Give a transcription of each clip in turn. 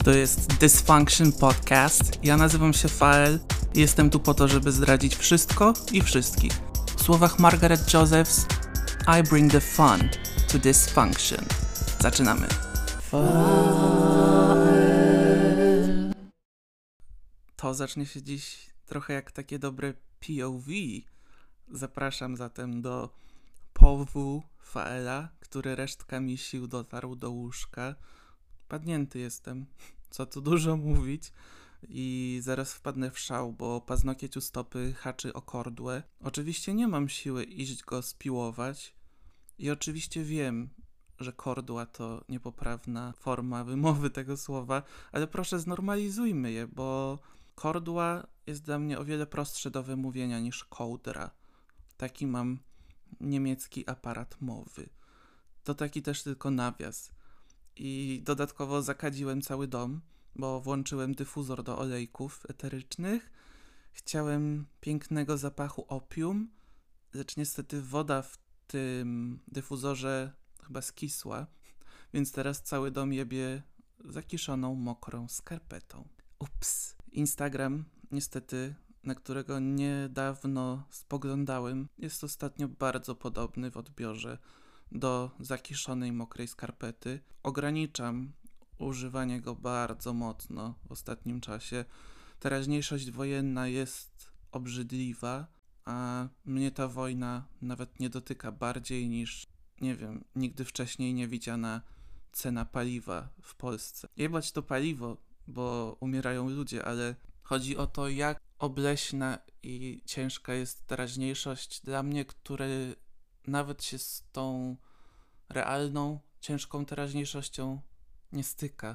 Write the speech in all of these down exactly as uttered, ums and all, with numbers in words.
To jest Dysfunction Podcast. Ja nazywam się Fael i jestem tu po to, żeby zdradzić wszystko i wszystkich. W słowach Margaret Josephs, I bring the fun to dysfunction. Zaczynamy. Fael. To zacznie się dziś trochę jak takie dobre P O V. Zapraszam zatem do powu Faela, który resztkami sił dotarł do łóżka. Padnięty jestem, co tu dużo mówić, i zaraz wpadnę w szał, bo paznokieć u stopy haczy o kordłę. Oczywiście nie mam siły iść go spiłować i oczywiście wiem, że kordła to niepoprawna forma wymowy tego słowa, ale proszę, znormalizujmy je, bo kordła jest dla mnie o wiele prostsze do wymówienia niż kołdra. Taki mam niemiecki aparat mowy. To taki też tylko nawias. I dodatkowo zakadziłem cały dom, bo włączyłem dyfuzor do olejków eterycznych. Chciałem pięknego zapachu opium, lecz niestety woda w tym dyfuzorze chyba skisła, więc teraz cały dom jebie zakiszoną, mokrą skarpetą. Ups. Instagram, niestety, na którego niedawno spoglądałem, jest ostatnio bardzo podobny w odbiorze do zakiszonej, mokrej skarpety. Ograniczam używanie go bardzo mocno w ostatnim czasie. Teraźniejszość wojenna jest obrzydliwa, a mnie ta wojna nawet nie dotyka bardziej niż, nie wiem, nigdy wcześniej niewidziana cena paliwa w Polsce. Jebać to paliwo, bo umierają ludzie, ale chodzi o to, jak obleśna i ciężka jest teraźniejszość dla mnie, który nawet się z tą realną, ciężką teraźniejszością nie styka.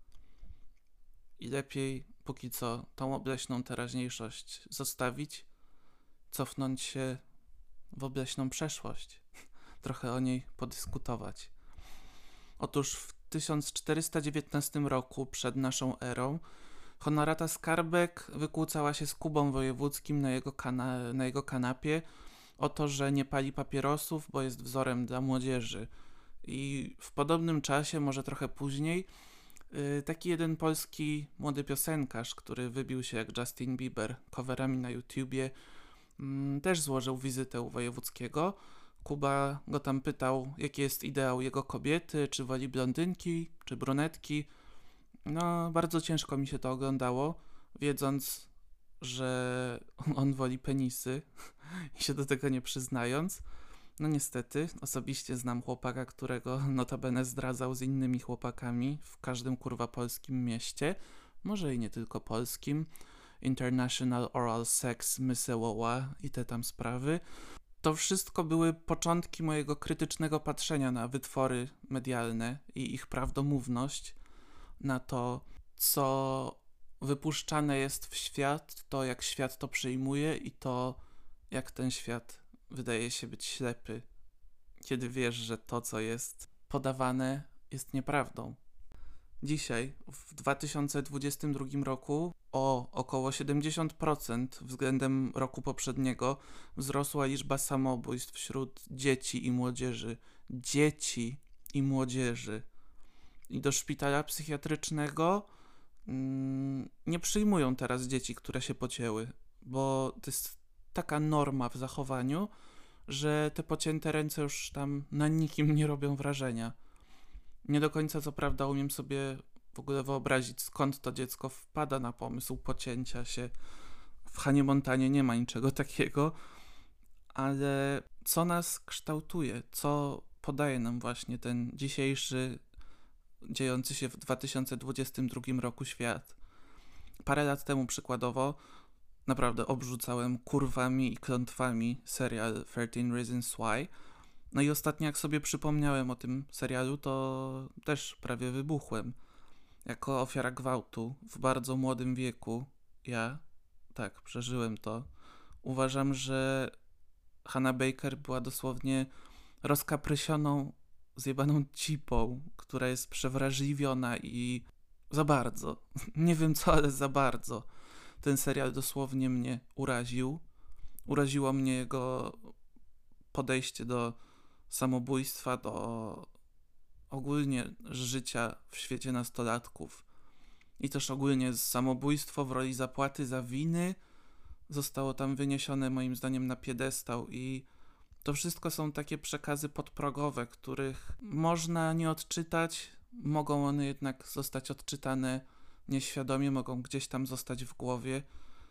I lepiej póki co tą obleśną teraźniejszość zostawić, cofnąć się w obleśną przeszłość, trochę o niej podyskutować. Otóż w tysiąc czterysta dziewiętnastym roku, przed naszą erą, Honorata Skarbek wykłócała się z Kubą Wojewódzkim na jego, kana- na jego kanapie o to, że nie pali papierosów, bo jest wzorem dla młodzieży. I w podobnym czasie, może trochę później, yy, taki jeden polski młody piosenkarz, który wybił się jak Justin Bieber coverami na YouTubie, yy, też złożył wizytę u Wojewódzkiego. Kuba go tam pytał, jaki jest ideał jego kobiety, czy woli blondynki, czy brunetki. No, bardzo ciężko mi się to oglądało, wiedząc, że on woli penisy i się do tego nie przyznając. No niestety, osobiście znam chłopaka, którego notabene zdradzał z innymi chłopakami w każdym kurwa polskim mieście, może i nie tylko polskim. International Oral Sex, Mysełoła i te tam sprawy. To wszystko były początki mojego krytycznego patrzenia na wytwory medialne i ich prawdomówność, na to, co wypuszczane jest w świat, to jak świat to przyjmuje i to, jak ten świat wydaje się być ślepy, kiedy wiesz, że to, co jest podawane, jest nieprawdą. Dzisiaj, w dwa tysiące dwudziestym drugim roku, o około siedemdziesiąt procent względem roku poprzedniego wzrosła liczba samobójstw wśród dzieci i młodzieży. Dzieci i młodzieży. I do szpitala psychiatrycznego mm, nie przyjmują teraz dzieci, które się pocięły, bo to jest taka norma w zachowaniu, że te pocięte ręce już tam na nikim nie robią wrażenia. Nie do końca co prawda umiem sobie w ogóle wyobrazić, skąd to dziecko wpada na pomysł pocięcia się. W Hanie Montanie nie ma niczego takiego, ale co nas kształtuje, co podaje nam właśnie ten dzisiejszy, dziejący się w dwa tysiące dwudziestym drugim roku świat. Parę lat temu przykładowo naprawdę obrzucałem kurwami i klątwami serial thirteen Reasons Why. No i ostatnio jak sobie przypomniałem o tym serialu, to też prawie wybuchłem. Jako ofiara gwałtu w bardzo młodym wieku, ja, tak, przeżyłem to. Uważam, że Hannah Baker była dosłownie rozkaprysioną, zjebaną cipą, która jest przewrażliwiona i za bardzo. Nie wiem co, ale za bardzo. Ten serial dosłownie mnie uraził. Uraziło mnie jego podejście do samobójstwa, do ogólnie życia w świecie nastolatków. i też ogólnie samobójstwo w roli zapłaty za winy zostało tam wyniesione moim zdaniem na piedestał i to wszystko są takie przekazy podprogowe, których można nie odczytać, mogą one jednak zostać odczytane nieświadomie, mogą gdzieś tam zostać w głowie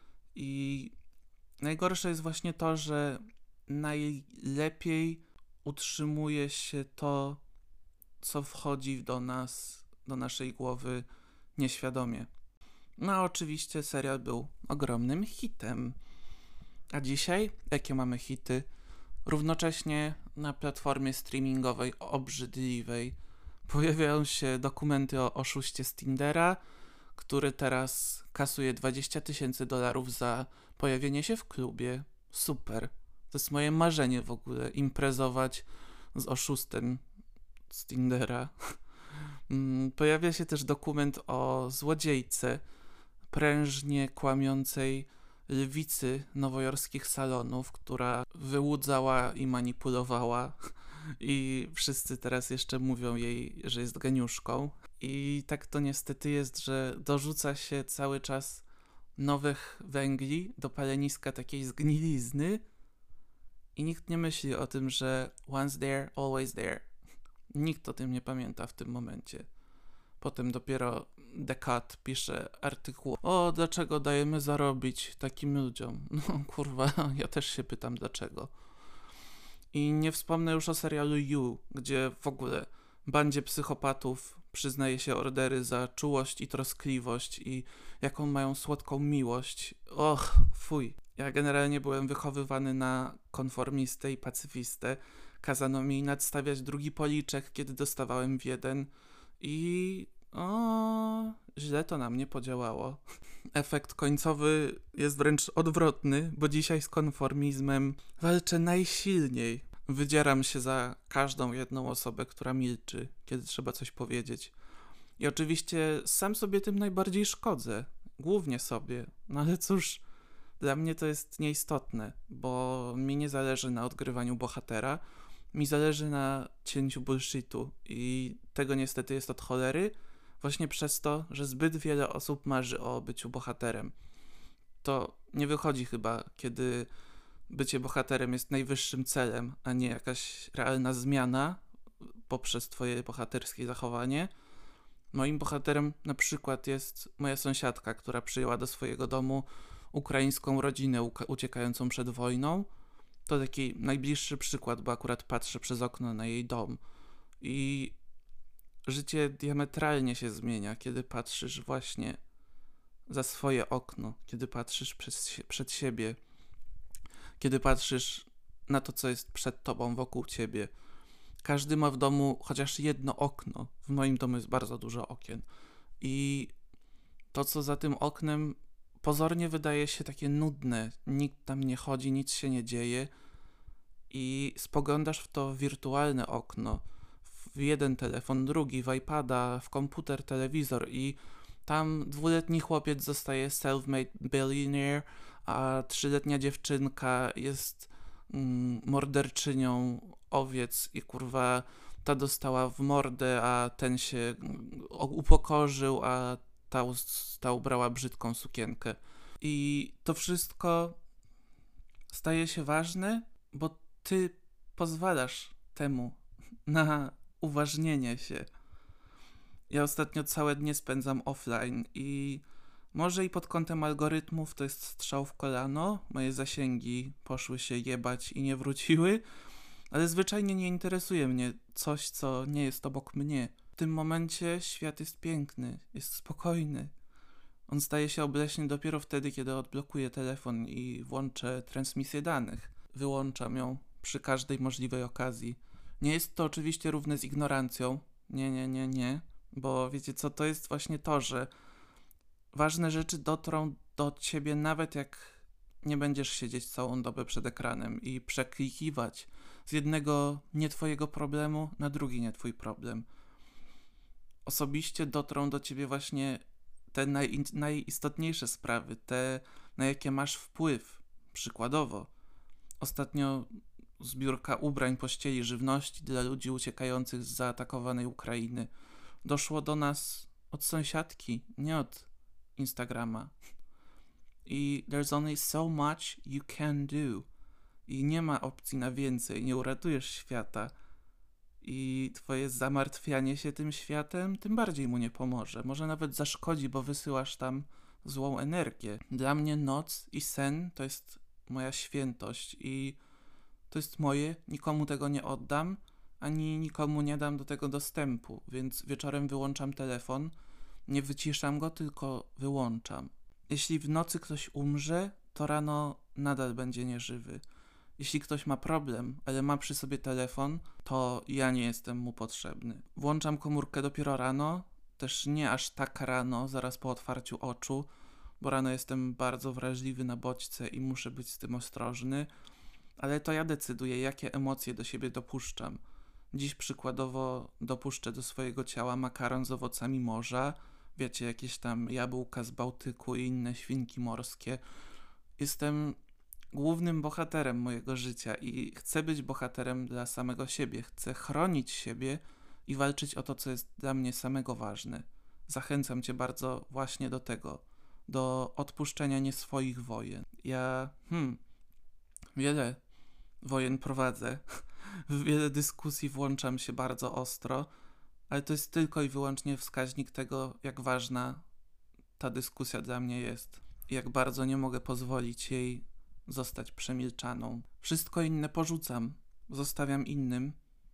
i najgorsze jest właśnie to, że najlepiej utrzymuje się to, co wchodzi do nas, do naszej głowy nieświadomie. No a oczywiście serial był ogromnym hitem. A dzisiaj, jakie mamy hity? Równocześnie na platformie streamingowej obrzydliwej pojawiają się dokumenty o oszuście z Tindera, który teraz kasuje dwadzieścia tysięcy dolarów za pojawienie się w klubie. Super. To jest moje marzenie w ogóle, imprezować z oszustem z Tindera. Pojawia się też dokument o złodziejce, prężnie kłamiącej lwicy nowojorskich salonów, która wyłudzała i manipulowała i wszyscy teraz jeszcze mówią jej, że jest geniuszką. I tak to niestety jest, że dorzuca się cały czas nowych węgli do paleniska takiej zgnilizny i nikt nie myśli o tym, że once there, always there. Nikt o tym nie pamięta w tym momencie. Potem dopiero The Cut pisze artykuł: o, dlaczego dajemy zarobić takim ludziom? No kurwa, ja też się pytam dlaczego. I nie wspomnę już o serialu You, gdzie w ogóle bandzie psychopatów przyznaje się ordery za czułość i troskliwość i jaką mają słodką miłość. Och, fuj. Ja generalnie byłem wychowywany na konformistę i pacyfistę. Kazano mi nadstawiać drugi policzek, kiedy dostawałem w jeden i o, źle to na mnie podziałało. Efekt końcowy jest wręcz odwrotny, bo dzisiaj z konformizmem walczę najsilniej. Wydzieram się za każdą jedną osobę, która milczy, kiedy trzeba coś powiedzieć. I oczywiście sam sobie tym najbardziej szkodzę. Głównie sobie. No ale cóż, dla mnie to jest nieistotne, bo mi nie zależy na odgrywaniu bohatera, mi zależy na cięciu bullshitu i tego niestety jest od cholery, właśnie przez to, że zbyt wiele osób marzy o byciu bohaterem. To nie wychodzi chyba, kiedy bycie bohaterem jest najwyższym celem, a nie jakaś realna zmiana poprzez twoje bohaterskie zachowanie. Moim bohaterem na przykład jest moja sąsiadka, która przyjęła do swojego domu ukraińską rodzinę uciekającą przed wojną. To taki najbliższy przykład, bo akurat patrzę przez okno na jej dom. I życie diametralnie się zmienia, kiedy patrzysz właśnie za swoje okno, kiedy patrzysz przed, przed siebie, kiedy patrzysz na to, co jest przed tobą, wokół ciebie. Każdy ma w domu chociaż jedno okno. W moim domu jest bardzo dużo okien. I to, co za tym oknem pozornie wydaje się takie nudne. Nikt tam nie chodzi, nic się nie dzieje. I spoglądasz w to wirtualne okno, w jeden telefon, drugi, w iPada, w komputer, telewizor i tam dwuletni chłopiec zostaje self-made billionaire, a trzyletnia dziewczynka jest mm, morderczynią owiec i kurwa ta dostała w mordę, a ten się mm, upokorzył, a ta, ta ubrała brzydką sukienkę. I to wszystko staje się ważne, bo ty pozwalasz temu na uważnienie się. Ja ostatnio całe dnie spędzam offline i może i pod kątem algorytmów to jest strzał w kolano, moje zasięgi poszły się jebać i nie wróciły, ale zwyczajnie nie interesuje mnie coś, co nie jest obok mnie. W tym momencie świat jest piękny, jest spokojny. On staje się obleśny dopiero wtedy, kiedy odblokuję telefon i włączę transmisję danych. Wyłączam ją przy każdej możliwej okazji. Nie jest to oczywiście równe z ignorancją. Nie, nie, nie, nie. Bo wiecie co, to jest właśnie to, że ważne rzeczy dotrą do ciebie nawet jak nie będziesz siedzieć całą dobę przed ekranem i przeklikiwać z jednego nie twojego problemu na drugi nie twój problem. Osobiście dotrą do ciebie właśnie te naj, najistotniejsze sprawy, te na jakie masz wpływ. Przykładowo, ostatnio zbiórka ubrań, pościeli, żywności dla ludzi uciekających z zaatakowanej Ukrainy. Doszło do nas od sąsiadki, nie od Instagrama. I there's only so much you can do. I nie ma opcji na więcej, nie uratujesz świata. I twoje zamartwianie się tym światem tym bardziej mu nie pomoże. Może nawet zaszkodzi, bo wysyłasz tam złą energię. Dla mnie noc i sen to jest moja świętość i to jest moje, nikomu tego nie oddam, ani nikomu nie dam do tego dostępu, więc wieczorem wyłączam telefon, nie wyciszam go, tylko wyłączam. Jeśli w nocy ktoś umrze, to rano nadal będzie nieżywy. Jeśli ktoś ma problem, ale ma przy sobie telefon, to ja nie jestem mu potrzebny. Włączam komórkę dopiero rano, też nie aż tak rano, zaraz po otwarciu oczu, bo rano jestem bardzo wrażliwy na bodźce i muszę być z tym ostrożny, ale to ja decyduję, jakie emocje do siebie dopuszczam. Dziś przykładowo dopuszczę do swojego ciała makaron z owocami morza, wiecie, jakieś tam jabłka z Bałtyku i inne świnki morskie. Jestem głównym bohaterem mojego życia i chcę być bohaterem dla samego siebie. Chcę chronić siebie i walczyć o to, co jest dla mnie samego ważne. Zachęcam cię bardzo właśnie do tego, do odpuszczenia nie swoich wojen. Ja, hmm, wiele wojen prowadzę, w wiele dyskusji włączam się bardzo ostro, ale to jest tylko i wyłącznie wskaźnik tego, jak ważna ta dyskusja dla mnie jest i jak bardzo nie mogę pozwolić jej zostać przemilczaną. Wszystko inne porzucam, zostawiam innym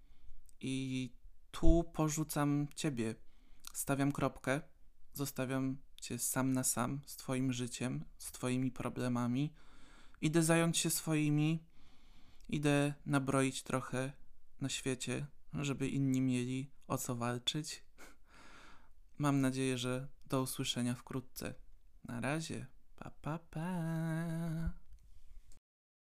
i tu porzucam ciebie. Stawiam kropkę, zostawiam cię sam na sam z twoim życiem, z twoimi problemami. Idę zająć się swoimi, idę nabroić trochę na świecie, żeby inni mieli o co walczyć. Mam nadzieję, że do usłyszenia wkrótce. Na razie. Pa, pa, pa.